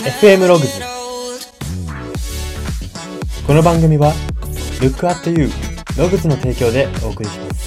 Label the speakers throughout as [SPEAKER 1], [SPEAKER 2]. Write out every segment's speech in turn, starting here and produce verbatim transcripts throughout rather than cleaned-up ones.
[SPEAKER 1] エフエム ログズ。この番組は Look at You ログズの提供でお送りします。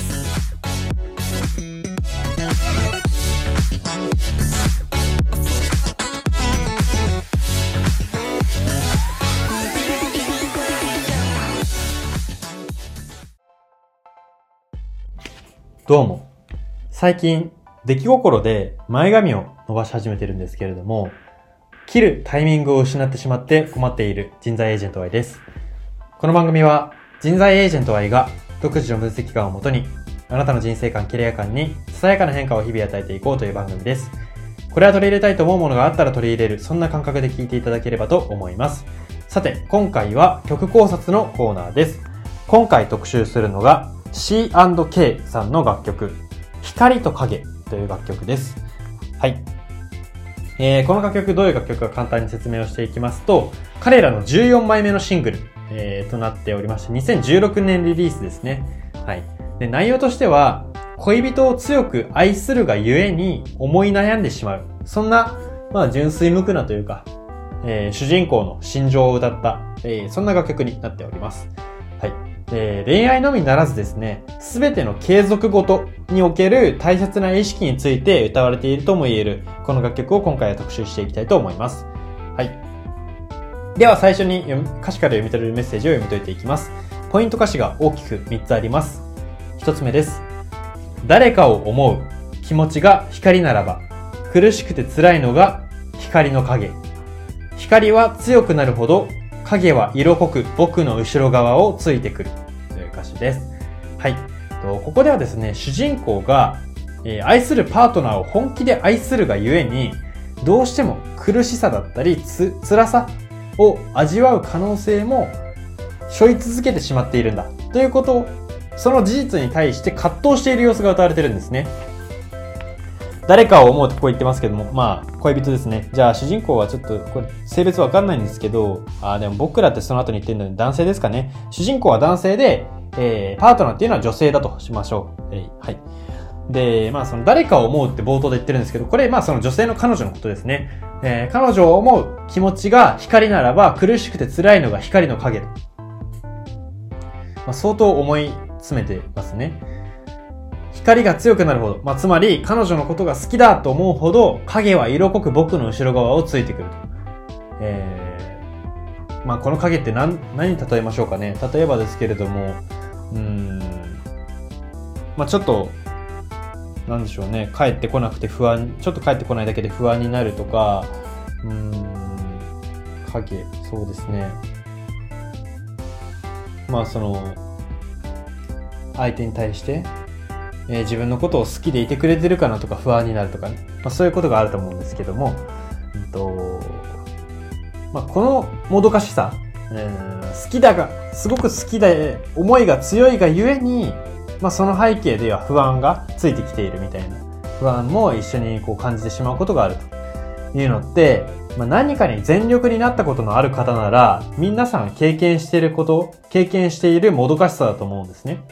[SPEAKER 1] どうも。最近出来心で前髪を伸ばし始めてるんですけれども、切るタイミングを失ってしまって困っている人材エージェント Y です。この番組は人材エージェント Y が独自の分析観をもとに、あなたの人生観、キャリア観にささやかな変化を日々与えていこうという番組です。これは取り入れたいと思うものがあったら取り入れる、そんな感覚で聞いていただければと思います。さて、今回は曲考察のコーナーです。今回特集するのが シーアンドケー さんの楽曲、光と影という楽曲です。はい。えー、この楽曲、どういう楽曲か簡単に説明をしていきますと、彼らのじゅうよんまいめのシングル、えー、となっておりまして、にせんじゅうろくねんリリースですね。はい。で、内容としては、恋人を強く愛するがゆえに思い悩んでしまう。そんな、まあ、純粋無垢なというか、えー、主人公の心情を歌った、えー、そんな楽曲になっております。はい。で、恋愛のみならずですね、すべての継続ごとにおける大切な意識について歌われているとも言える、この楽曲を今回は特集していきたいと思います。はい。では最初に歌詞から読み取れるメッセージを読み解いていきます。ポイント歌詞が大きくみっつあります。ひとつめです。誰かを思う気持ちが光ならば、苦しくて辛いのが光の影。光は強くなるほど、影は色濃く僕の後ろ側をついてくるという歌詞です。はい。ここではですね、主人公が、えー、愛するパートナーを本気で愛するがゆえに、どうしても苦しさだったりつ辛さを味わう可能性も背負い続けてしまっているんだということを、その事実に対して葛藤している様子が歌われているんですね。誰かを思うとこう言ってますけども、まあ、恋人ですね。じゃあ、主人公はちょっと、これ、性別わかんないんですけど、あ、でも僕らってその後に言ってるので男性ですかね。主人公は男性で、えー、パートナーっていうのは女性だとしましょう。えー、はい。で、まあ、その誰かを思うって冒頭で言ってるんですけど、これ、まあ、その女性の彼女のことですね。えー、彼女を思う気持ちが光ならば、苦しくて辛いのが光の影。まあ、相当思い詰めてますね。光が強くなるほど、まあ、つまり彼女のことが好きだと思うほど影は色濃く僕の後ろ側をついてくると。えー、まあこの影って何、何に例えましょうかね。例えばですけれども、うーん、まあちょっと、なんでしょうね。帰ってこなくて不安、ちょっと帰ってこないだけで不安になるとか、うーん、影、そうですね。まあその、相手に対して、えー、自分のことを好きでいてくれてるかなとか不安になるとかね。まあそういうことがあると思うんですけども、うんとまあ、このもどかしさ、えー、好きだが、すごく好きで思いが強いがゆえに、まあその背景では不安がついてきているみたいな不安も一緒にこう感じてしまうことがあるというのって、まあ、何かに全力になったことのある方なら、皆さん経験していること、経験しているもどかしさだと思うんですね。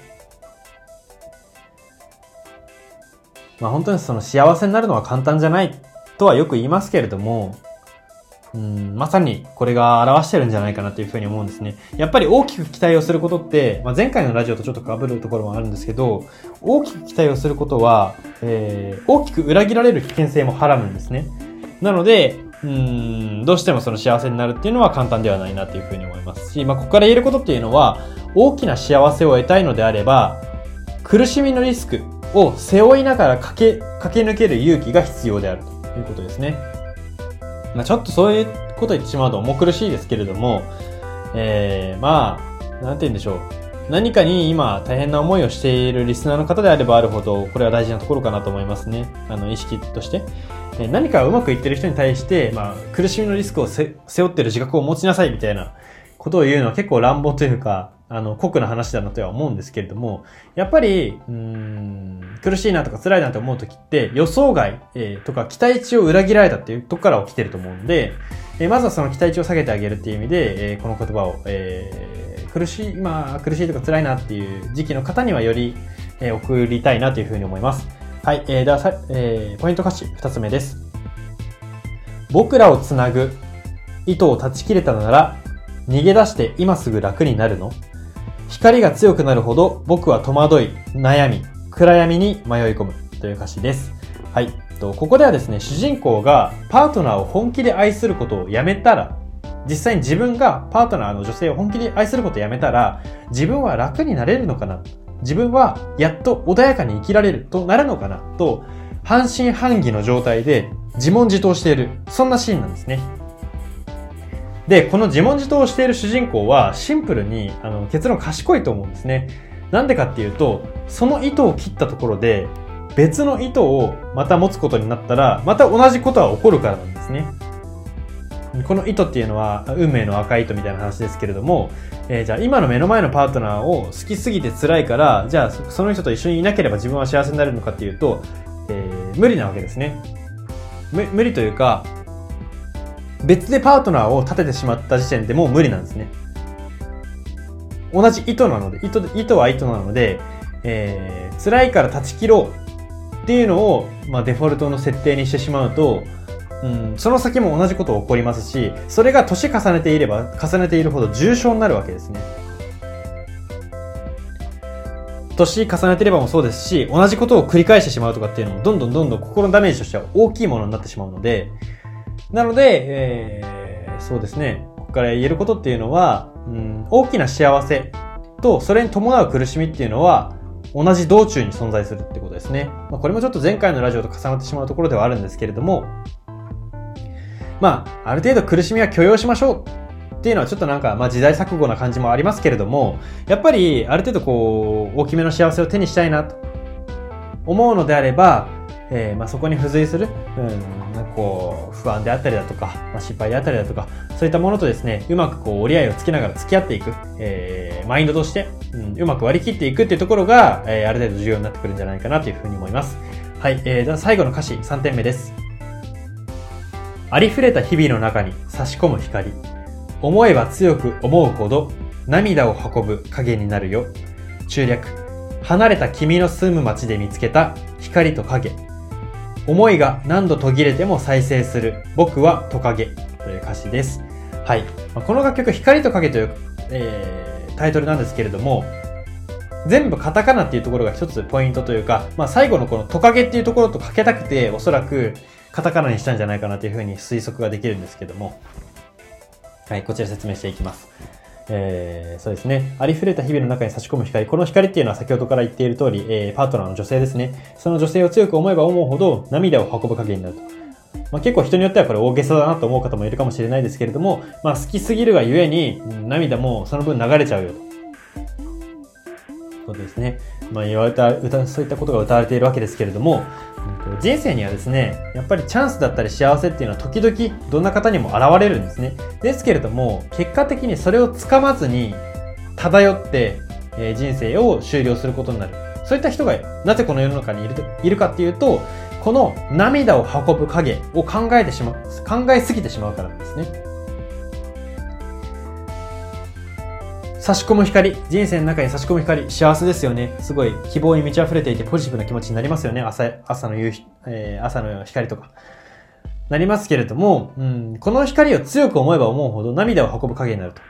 [SPEAKER 1] まあ本当にその幸せになるのは簡単じゃないとはよく言いますけれども、うん、まさにこれが表してるんじゃないかなというふうに思うんですね。やっぱり大きく期待をすることって、まあ、前回のラジオとちょっと被るところもあるんですけど、大きく期待をすることは、えー、大きく裏切られる危険性もはらむんですね。なので、うーん、どうしてもその幸せになるっていうのは簡単ではないなというふうに思いますし、まあここから言えることっていうのは、大きな幸せを得たいのであれば、苦しみのリスクを背負いながら駆け、駆け抜ける勇気が必要であるということですね。まあちょっとそういうこと言ってしまうと重苦しいですけれども、えー、まあ、なんて言うんでしょう。何かに今大変な思いをしているリスナーの方であればあるほど、これは大事なところかなと思いますね。あの、意識として。えー、何かうまくいってる人に対して、まあ、苦しみのリスクを背負っている自覚を持ちなさいみたいなことを言うのは結構乱暴というか、あの、酷な話だなとは思うんですけれども、やっぱり、うーん、苦しいなとか辛いなと思うときって、予想外、えー、とか期待値を裏切られたっていうとこから起きてると思うんで、えー、まずはその期待値を下げてあげるっていう意味で、えー、この言葉を、えー、苦しい、今苦しいとか辛いなっていう時期の方にはより、えー、送りたいなというふうに思います。はい、えー、ではさ、えー、ポイント歌詞ふたつめです。僕らをつなぐ糸を断ち切れたなら、逃げ出して今すぐ楽になるの？光が強くなるほど僕は戸惑い、悩み、暗闇に迷い込むという歌詞です。はい。ここではですね、主人公がパートナーを本気で愛することをやめたら、実際に自分がパートナーの女性を本気で愛することをやめたら、自分は楽になれるのかな？自分はやっと穏やかに生きられるとなるのかなと、半信半疑の状態で自問自答している、そんなシーンなんですね。で、この自問自答をしている主人公はシンプルにあの結論賢いと思うんですね。なんでかっていうと、その糸を切ったところで別の糸をまた持つことになったら、また同じことは起こるからなんですね。この糸っていうのは運命の赤い糸みたいな話ですけれども、えー、じゃあ今の目の前のパートナーを好きすぎて辛いから、じゃあその人と一緒にいなければ自分は幸せになれるのかっていうと、えー、無理なわけですね。む無理というか、別でパートナーを立ててしまった時点でもう無理なんですね。同じ糸なので、糸、糸は糸なので、えー、辛いから断ち切ろうっていうのを、まあ、デフォルトの設定にしてしまうと、うん、その先も同じことが起こりますし、それが年重ねていれば重ねているほど重症になるわけですね。年重ねていればもそうですし、同じことを繰り返してしまうとかっていうのもどんどんどんどん心のダメージとしては大きいものになってしまうので、なので、えー、そうですね、ここから言えることっていうのは、うん、大きな幸せとそれに伴う苦しみっていうのは同じ道中に存在するってことですね。まあ、これもちょっと前回のラジオと重なってしまうところではあるんですけれども、まあ、ある程度苦しみは許容しましょうっていうのはちょっとなんか、まあ時代錯誤な感じもありますけれども、やっぱりある程度こう、大きめの幸せを手にしたいなと思うのであれば、えー、まあそこに付随する、うん、なんかこう、不安であったりだとか、まあ、失敗であったりだとか、そういったものとですね、うまくこう、折り合いをつけながら付き合っていく、えー、マインドとして、うん、うまく割り切っていくっていうところが、えー、ある程度重要になってくるんじゃないかなというふうに思います。はい、えー、では最後の歌詞さんてんめです。ありふれた日々の中に差し込む光。思えば強く思うほど涙を運ぶ影になるよ。中略。離れた君の住む街で見つけた光と影。思いが何度途切れても再生する僕はトカゲという歌詞です。はい。この楽曲光と影という、えー、タイトルなんですけれども、全部カタカナっていうところが一つポイントというか、まあ最後のこのトカゲっていうところとかけたくて、おそらくカタカナにしたんじゃないかなというふうに推測ができるんですけども。はい、こちら説明していきます。えー、そうですね。ありふれた日々の中に差し込む光。この光っていうのは先ほどから言っている通り、えー、パートナーの女性ですね。その女性を強く思えば思うほど涙を運ぶ影になると。まあ、結構人によってはこれ大げさだなと思う方もいるかもしれないですけれども、まあ好きすぎるがゆえに、涙もその分流れちゃうよと。そうですね。まあ言われた、歌、そういったことが歌われているわけですけれども、人生にはですね、やっぱりチャンスだったり幸せっていうのは時々どんな方にも現れるんですね。ですけれども、結果的にそれをつかまずに漂って、えー、人生を終了することになる。そういった人がなぜこの世の中にいる、いるかっていうと、この涙を運ぶ影を考えてしまう、考えすぎてしまうからなんですね。差し込む光、人生の中に差し込む光、幸せですよね。すごい希望に満ち溢れていてポジティブな気持ちになりますよね。朝、朝の夕日、えー、朝の光とか。なりますけれども、うん、この光を強く思えば思うほど涙を運ぶ影になると。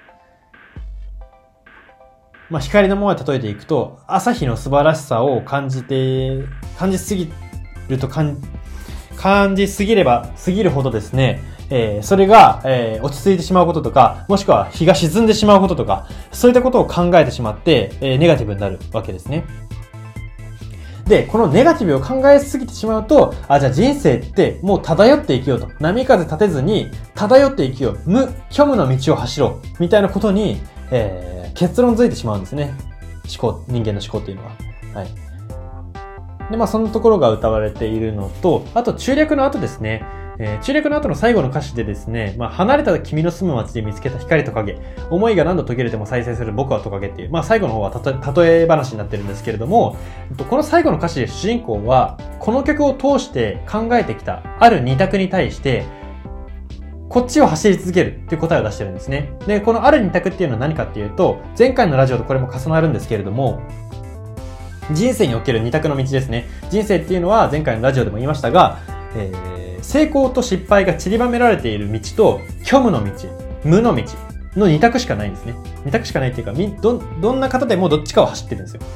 [SPEAKER 1] まあ、光のまま例えていくと、朝日の素晴らしさを感じて、感じすぎると感、感じすぎればすぎるほどですね、えー、それが、えー、落ち着いてしまうこととか、もしくは日が沈んでしまうこととか、そういったことを考えてしまって、えー、ネガティブになるわけですね。で、このネガティブを考えすぎてしまうと、あ、じゃあ人生ってもう漂って生きようと。波風立てずに漂って生きよう。無、虚無の道を走ろう。みたいなことに、えー、結論づいてしまうんですね。思考、人間の思考っていうのは。はい。で、まあそのところが歌われているのと、あと中略の後ですね。えー、中略の後の最後の歌詞でですね、まあ、離れた君の住む街で見つけた光と影、思いが何度途切れても再生する僕はトカゲっていう、まあ、最後の方はたと、例え話になってるんですけれども、この最後の歌詞で主人公は、この曲を通して考えてきた、ある二択に対して、こっちを走り続けるっていう答えを出してるんですね。で、このある二択っていうのは何かっていうと、前回のラジオとこれも重なるんですけれども、人生における二択の道ですね。人生っていうのは前回のラジオでも言いましたが、 えー、成功と失敗が散りばめられている道と、虚無の道、無の道の二択しかないんですね。二択しかないっていうか、み、ど、どんな方でもどっちかを走ってるんですよ。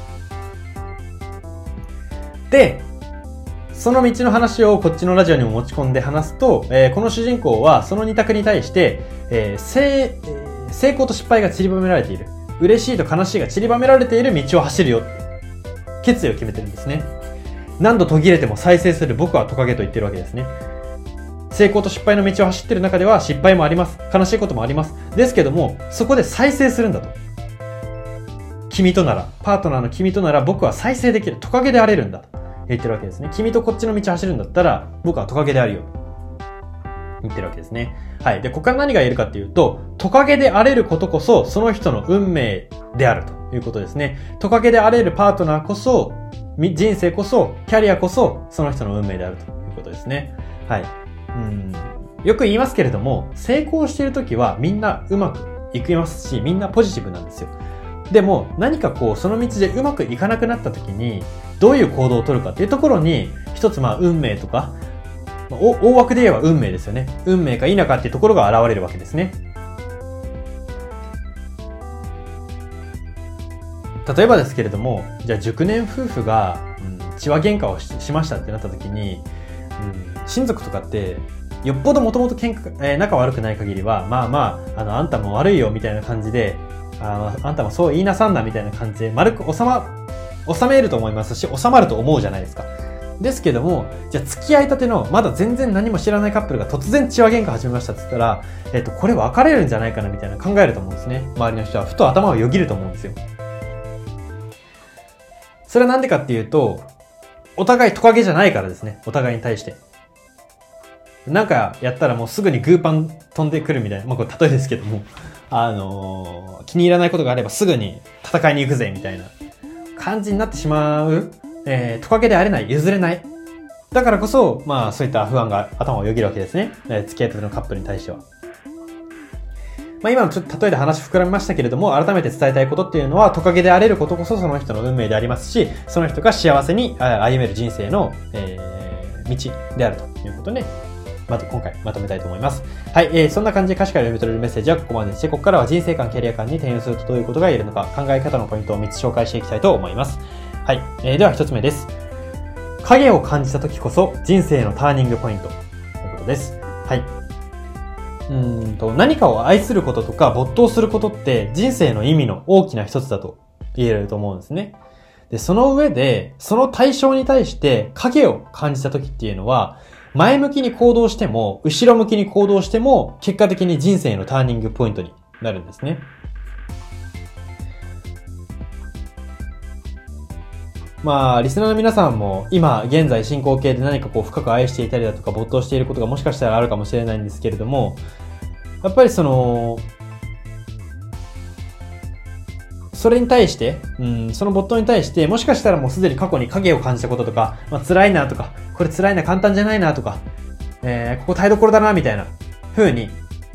[SPEAKER 1] で、その道の話をこっちのラジオにも持ち込んで話すと、えー、この主人公はその二択に対して、えー成えー、成功と失敗が散りばめられている。嬉しいと悲しいが散りばめられている道を走るよ。決意を決めてるんですね。何度途切れても再生する僕はトカゲと言ってるわけですね。成功と失敗の道を走ってる中では失敗もあります。悲しいこともあります。ですけども、そこで再生するんだと。君となら、パートナーの君となら僕は再生できる。トカゲであれるんだと言ってるわけですね。君とこっちの道を走るんだったら僕はトカゲであるよ。言ってるわけですね。はい。で、ここから何が言えるかっていうと、トカゲであれることこそその人の運命であるということですね。トカゲであれるパートナーこそ、人生こそ、キャリアこそその人の運命であるということですね。はい。うん。よく言いますけれども、成功しているときはみんなうまくいきますし、みんなポジティブなんですよ。でも何かこうその道でうまくいかなくなったときにどういう行動を取るかっていうところに一つまあ運命とか、大枠で言えば運命ですよね。運命か否かっていうところが現れるわけですね。例えばですけれども、じゃあ熟年夫婦が、うん、血は喧嘩を し, しましたってなった時に、うん、親族とかってよっぽどもともと喧嘩、えー、仲悪くない限りはまあまあ、あのあんたも悪いよみたいな感じで、あ, あんたもそう言いなさんなみたいな感じで丸く収ま収めると思いますし、収まると思うじゃないですか。ですけども、じゃあ付き合いたてのまだ全然何も知らないカップルが突然血は喧嘩始めましたって言ったら、えっとこれ別れるんじゃないかなみたいな考えると思うんですね。周りの人はふと頭をよぎると思うんですよ。それはなんでかっていうと、お互いトカゲじゃないからですね。お互いに対して。なんかやったらもうすぐにグーパン飛んでくるみたいな、まあこれ例えですけども、あのー、気に入らないことがあればすぐに戦いに行くぜみたいな感じになってしまう。えー、トカゲであれない、譲れない。だからこそ、まあそういった不安が頭をよぎるわけですね。えー、付き合いたてのカップルに対しては。まあ今のちょっと例えで話膨らみましたけれども、改めて伝えたいことっていうのは、トカゲであれることこそその人の運命でありますし、その人が幸せに歩める人生の、えー、道であるということね。まず今回まとめたいと思います。はい、えー、そんな感じで歌詞から読み取れるメッセージはここまでにして、ここからは人生観、キャリア観に転用するとどういうことが言えるのか、考え方のポイントをみっつ紹介していきたいと思います。はい、えー、ではひとつめです。影を感じた時こそ人生のターニングポイントということです。はい。うーんと、何かを愛することとか没頭することって人生の意味の大きな一つだと言えると思うんですね。で、その上で、その対象に対して影を感じた時っていうのは、前向きに行動しても、後ろ向きに行動しても、結果的に人生のターニングポイントになるんですね。まあ、リスナーの皆さんも今現在進行形で何かこう深く愛していたりだとか没頭していることがもしかしたらあるかもしれないんですけれども、やっぱりその、それに対して、うん、その没頭に対して、もしかしたらもうすでに過去に影を感じたこととか、まあ、辛いなとか、これ辛いな、簡単じゃないなとか、えー、ここ台所だな、みたいな風に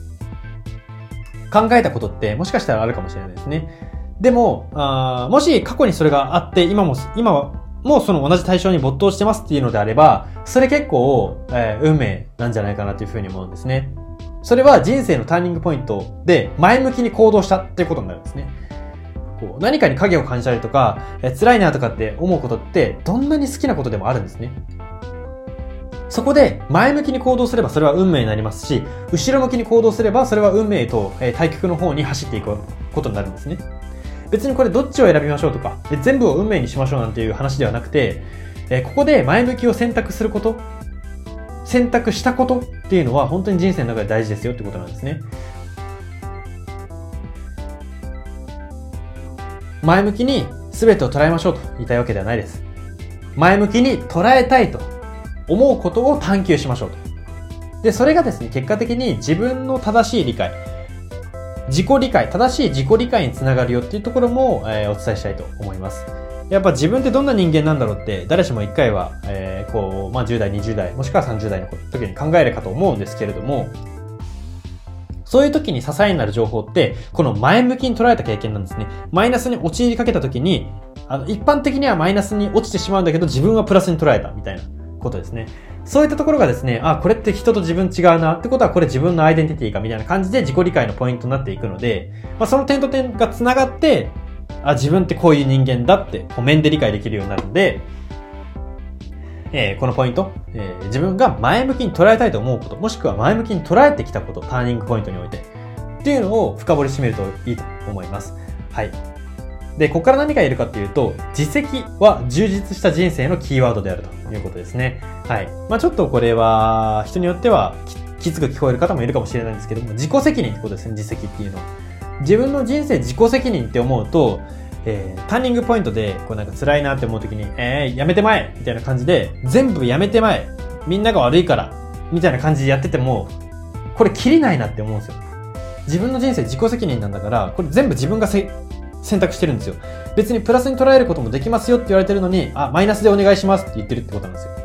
[SPEAKER 1] 考えたことってもしかしたらあるかもしれないですね。でも、あもし過去にそれがあって、今も、今は、もうその同じ対象に没頭してますっていうのであれば、それ結構、えー、運命なんじゃないかなという風に思うんですね。それは人生のターニングポイントで前向きに行動したっていうことになるんですね。こう何かに影を感じたりとか、えー、辛いなとかって思うことってどんなに好きなことでもあるんですね。そこで前向きに行動すればそれは運命になりますし、後ろ向きに行動すればそれは運命と、えー、対極の方に走っていくことになるんですね。別にこれどっちを選びましょうとか、全部を運命にしましょうなんていう話ではなくて、えー、ここで前向きを選択すること、選択したことっていうのは本当に人生の中で大事ですよってことなんですね。前向きに全てを捉えましょうと言いたいわけではないです。前向きに捉えたいと思うことを探求しましょうと。で、それがですね、結果的に自分の正しい理解、自己理解、正しい自己理解につながるよっていうところも、えー、お伝えしたいと思います。やっぱ自分ってどんな人間なんだろうって誰しも一回は、えー、こう、まあ、じゅう代、にじゅう代、もしくはさんじゅう代の時に考えるかと思うんですけれども、そういう時に支えになる情報って、この前向きに捉えた経験なんですね。マイナスに陥りかけた時に、あの、一般的にはマイナスに落ちてしまうんだけど、自分はプラスに捉えたみたいなことですね。 そういったところがですね、あ、これって人と自分違うなってことはこれ自分のアイデンティティかみたいな感じで自己理解のポイントになっていくので、まあ、その点と点が繋がって、あ、自分ってこういう人間だってこう面で理解できるようになるので、えー、このポイント、えー、自分が前向きに捉えたいと思うこと、もしくは前向きに捉えてきたこと、ターニングポイントにおいてっていうのを深掘りしてみるといいと思います。はい。で、ここから何が言えるかっていうと、実績は充実した人生のキーワードであるということですね。はい。まあちょっとこれは人によってはきつく聞こえる方もいるかもしれないんですけども、自己責任ってことですね、実績っていうのは。自分の人生自己責任って思うと、えー、ターニングポイントで、こうなんか辛いなって思うときに、えー、やめてまえみたいな感じで、全部やめてまえみんなが悪いからみたいな感じでやってても、これ切りないなって思うんですよ。自分の人生自己責任なんだから、これ全部自分がせ選択してるんですよ。別にプラスに捉えることもできますよって言われてるのに、あ、マイナスでお願いしますって言ってるってことなんですよ。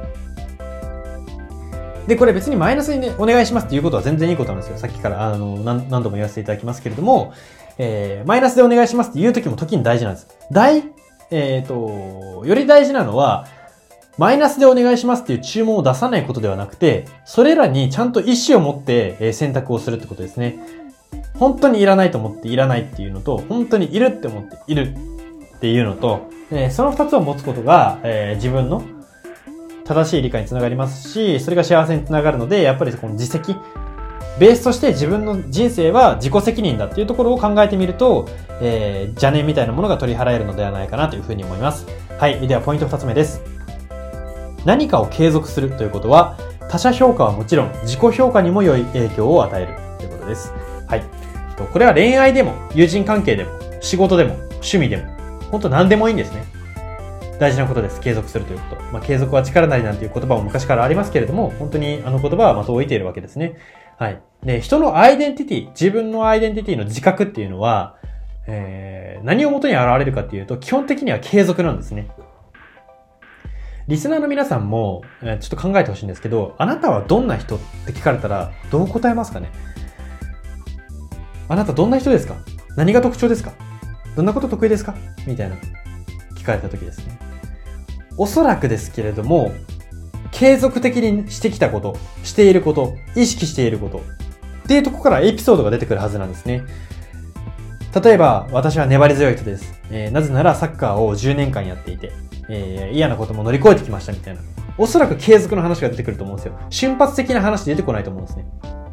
[SPEAKER 1] で、これ別にマイナスに、ね、お願いしますっていうことは全然いいことなんですよ。さっきからあの 何, 何度も言わせていただきますけれども、えー、マイナスでお願いしますって言うときも時に大事なんです。大、えっと、より大事なのは、マイナスでお願いしますっていう注文を出さないことではなくて、それらにちゃんと意思を持って選択をするってことですね。本当にいらないと思っていらないっていうのと、本当にいるって思っているっていうのと、えー、その二つを持つことが、えー、自分の正しい理解につながりますし、それが幸せにつながるので、やっぱりこの実績、ベースとして自分の人生は自己責任だっていうところを考えてみると、えー、邪念みたいなものが取り払えるのではないかなというふうに思います。はい。ではポイント二つ目です。何かを継続するということは、他者評価はもちろん自己評価にも良い影響を与えるということです。はい。これは恋愛でも、友人関係でも、仕事でも、趣味でも、本当何でもいいんですね。大事なことです。継続するということ。まあ、継続は力なりなんていう言葉も昔からありますけれども、本当にあの言葉は的を置いているわけですね。はい。で、人のアイデンティティ、自分のアイデンティティの自覚っていうのは、えー、何をもとに現れるかっていうと、基本的には継続なんですね。リスナーの皆さんも、えー、ちょっと考えてほしいんですけど、あなたはどんな人って聞かれたら、どう答えますかね？あなたどんな人ですか？何が特徴ですか？どんなこと得意ですか？みたいな聞かれた時ですね。おそらくですけれども、継続的にしてきたこと、していること、意識していることっていうところからエピソードが出てくるはずなんですね。例えば、私は粘り強い人です。えー、なぜならサッカーをじゅうねんかんやっていて、えー、嫌なことも乗り越えてきましたみたいな。おそらく継続の話が出てくると思うんですよ。瞬発的な話出てこないと思うんですね。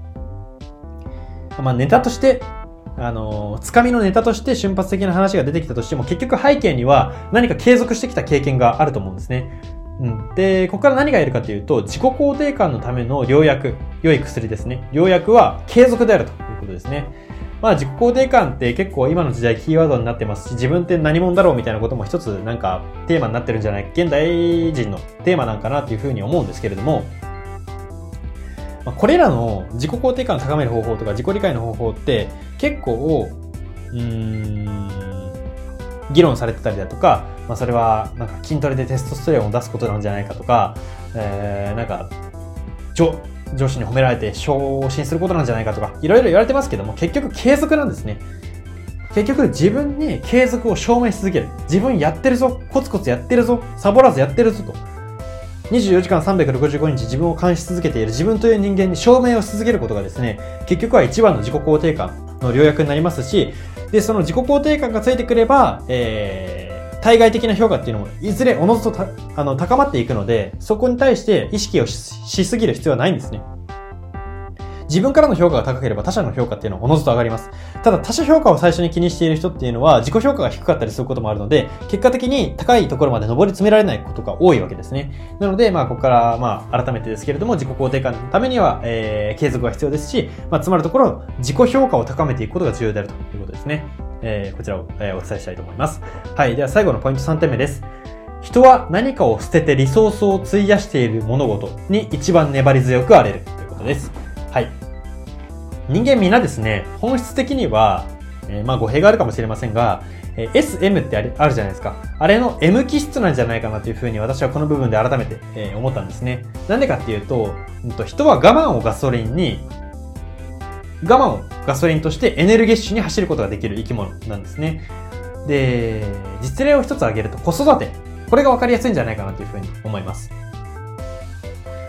[SPEAKER 1] まあネタとして、あのー、つかみのネタとして瞬発的な話が出てきたとしても、結局背景には何か継続してきた経験があると思うんですね。うん。で、ここから何が言えるかというと、自己肯定感のための良薬、良い薬ですね。良薬は継続であるということですね。まあ自己肯定感って結構今の時代キーワードになってますし、自分って何者だろうみたいなことも一つなんかテーマになってるんじゃない、現代人のテーマなんかなっていうふうに思うんですけれども、これらの自己肯定感を高める方法とか自己理解の方法って結構、うーん、議論されてたりだとか、まあそれはなんか筋トレでテストステロンを出すことなんじゃないかとか、えー、なんか、上、上司に褒められて昇進することなんじゃないかとか、いろいろ言われてますけども、結局継続なんですね。結局自分に継続を証明し続ける。自分やってるぞ、コツコツやってるぞ、サボらずやってるぞと。にじゅうよじかんさんびゃくろくじゅうごにち自分を監視し続けている自分という人間に証明をし続けることがですね、結局は一番の自己肯定感の良薬になりますし、で、その自己肯定感がついてくれば、えー、対外的な評価っていうのもいずれおのずとたあの高まっていくので、そこに対して意識を し, しすぎる必要はないんですね。自分からの評価が高ければ他者の評価っていうのはおのずと上がります。ただ他者評価を最初に気にしている人っていうのは自己評価が低かったりすることもあるので、結果的に高いところまで上り詰められないことが多いわけですね。なので、まあここからまあ改めてですけれども、自己肯定感のためには、えー、継続が必要ですし、まあつまるところ自己評価を高めていくことが重要であるということですね。えー、こちらを、えー、お伝えしたいと思います。はい。では最後のポイントさんてんめです。人は何かを捨ててリソースを費やしている物事に一番粘り強く荒れるということです。はい。人間みんなですね、本質的には、えー、まあ語弊があるかもしれませんが、えー、エスエム ってある、あるじゃないですか。あれの エム 気質なんじゃないかなというふうに私はこの部分で改めて、えー、思ったんですね。なんでかっていうと、うんと、人は我慢をガソリンに、我慢をガソリンとしてエネルギッシュに走ることができる生き物なんですね。で、実例を一つ挙げると子育て。これが分かりやすいんじゃないかなというふうに思います。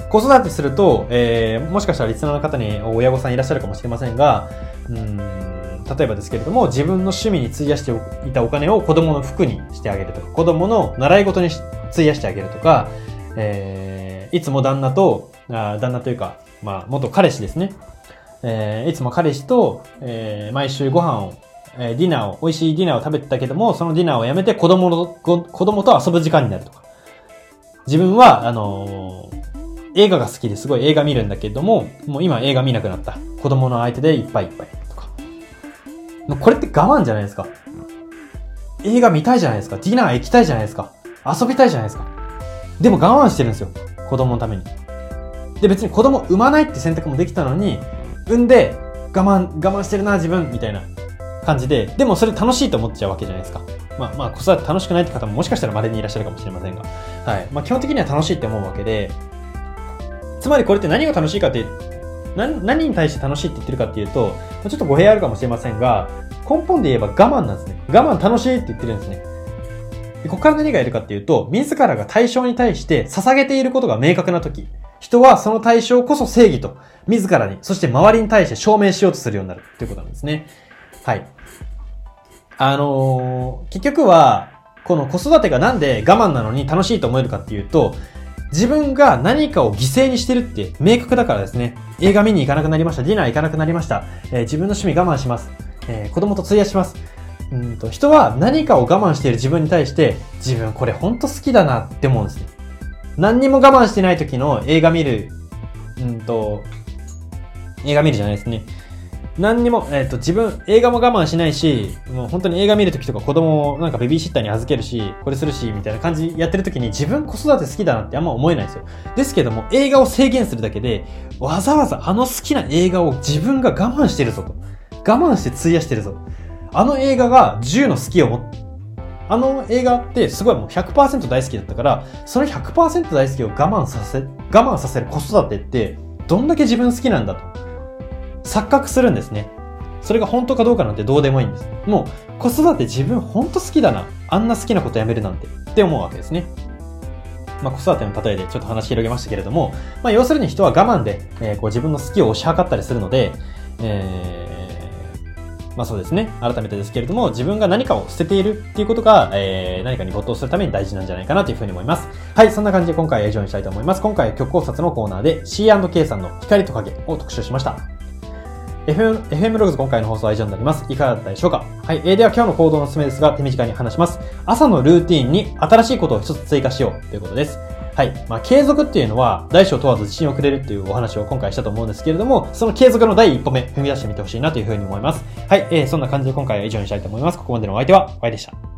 [SPEAKER 1] 子育てすると、えー、もしかしたらリスナーの方に親御さんいらっしゃるかもしれませんが、うーん、例えばですけれども、自分の趣味に費やしていたお金を子供の服にしてあげるとか、子供の習い事に費やしてあげるとか、えー、いつも旦那と、あ旦那というか、まあ、元彼氏ですね。えー、いつも彼氏と、えー、毎週ご飯を、えー、ディナーを、美味しいディナーを食べてたけども、そのディナーをやめて子供の、子供と遊ぶ時間になるとか。自分は、あのー、映画が好きですごい映画見るんだけども、もう今映画見なくなった。子供の相手でいっぱいいっぱいとか。これって我慢じゃないですか。映画見たいじゃないですか。ディナー行きたいじゃないですか。遊びたいじゃないですか。でも我慢してるんですよ。子供のために。で、別に子供産まないって選択もできたのに、産んで我慢、我慢してるな自分みたいな感じで、でもそれ楽しいと思っちゃうわけじゃないですか。まあまあ子育て楽しくないって方ももしかしたら稀にいらっしゃるかもしれませんが。はい。まあ基本的には楽しいって思うわけで、つまりこれって何が楽しいかって、何、何に対して楽しいって言ってるかっていうと、ちょっと語弊あるかもしれませんが、根本で言えば我慢なんですね。我慢楽しいって言ってるんですね。でここから何がいるかっていうと、自らが対象に対して捧げていることが明確な時、人はその対象こそ正義と、自らに、そして周りに対して証明しようとするようになるということなんですね。はい。あのー、結局は、この子育てがなんで我慢なのに楽しいと思えるかっていうと、自分が何かを犠牲にしてるって明確だからですね。映画見に行かなくなりました。ディナー行かなくなりました。えー、自分の趣味我慢します。えー、子供と費やします。うんと、人は何かを我慢している自分に対して、自分これほんと好きだなって思うんですね。何にも我慢してない時の映画見る、うんと、映画見るじゃないですね。何にも、えっと、自分、映画も我慢しないし、もう本当に映画見るときとか子供をなんかベビーシッターに預けるし、これするし、みたいな感じやってるときに自分子育て好きだなってあんま思えないんですよ。ですけども、映画を制限するだけで、わざわざあの好きな映画を自分が我慢してるぞと。我慢して費やしてるぞ。あの映画がじゅうの好きを持って、あの映画ってすごいもう ひゃくパーセント 大好きだったから、その ひゃくパーセント 大好きを我慢させ、我慢させる子育てって、どんだけ自分好きなんだと。錯覚するんですね。それが本当かどうかなんてどうでもいいんです。もう子育て自分本当好きだな。あんな好きなことやめるなんてって思うわけですね。まあ子育ての例えでちょっと話広げましたけれども、まあ要するに人は我慢で、えー、こう自分の好きを推し量ったりするので、えー、まあそうですね。改めてですけれども、自分が何かを捨てているっていうことが、えー、何かに没頭するために大事なんじゃないかなというふうに思います。はい、そんな感じで今回は以上にしたいと思います。今回は曲考察のコーナーで シーアンドケー さんの光と影を特集しました。エフエム, エフエム ログズ今回の放送は以上になります。いかがだったでしょうか。はい。えー、では今日の行動のおすすめですが、手短に話します。朝のルーティーンに新しいことを一つ追加しようということです。はい。まあ、継続っていうのは、大小問わず自信をくれるっていうお話を今回したと思うんですけれども、その継続の第一歩目、踏み出してみてほしいなというふうに思います。はい。えー、そんな感じで今回は以上にしたいと思います。ここまでのお相手は、ワイでした。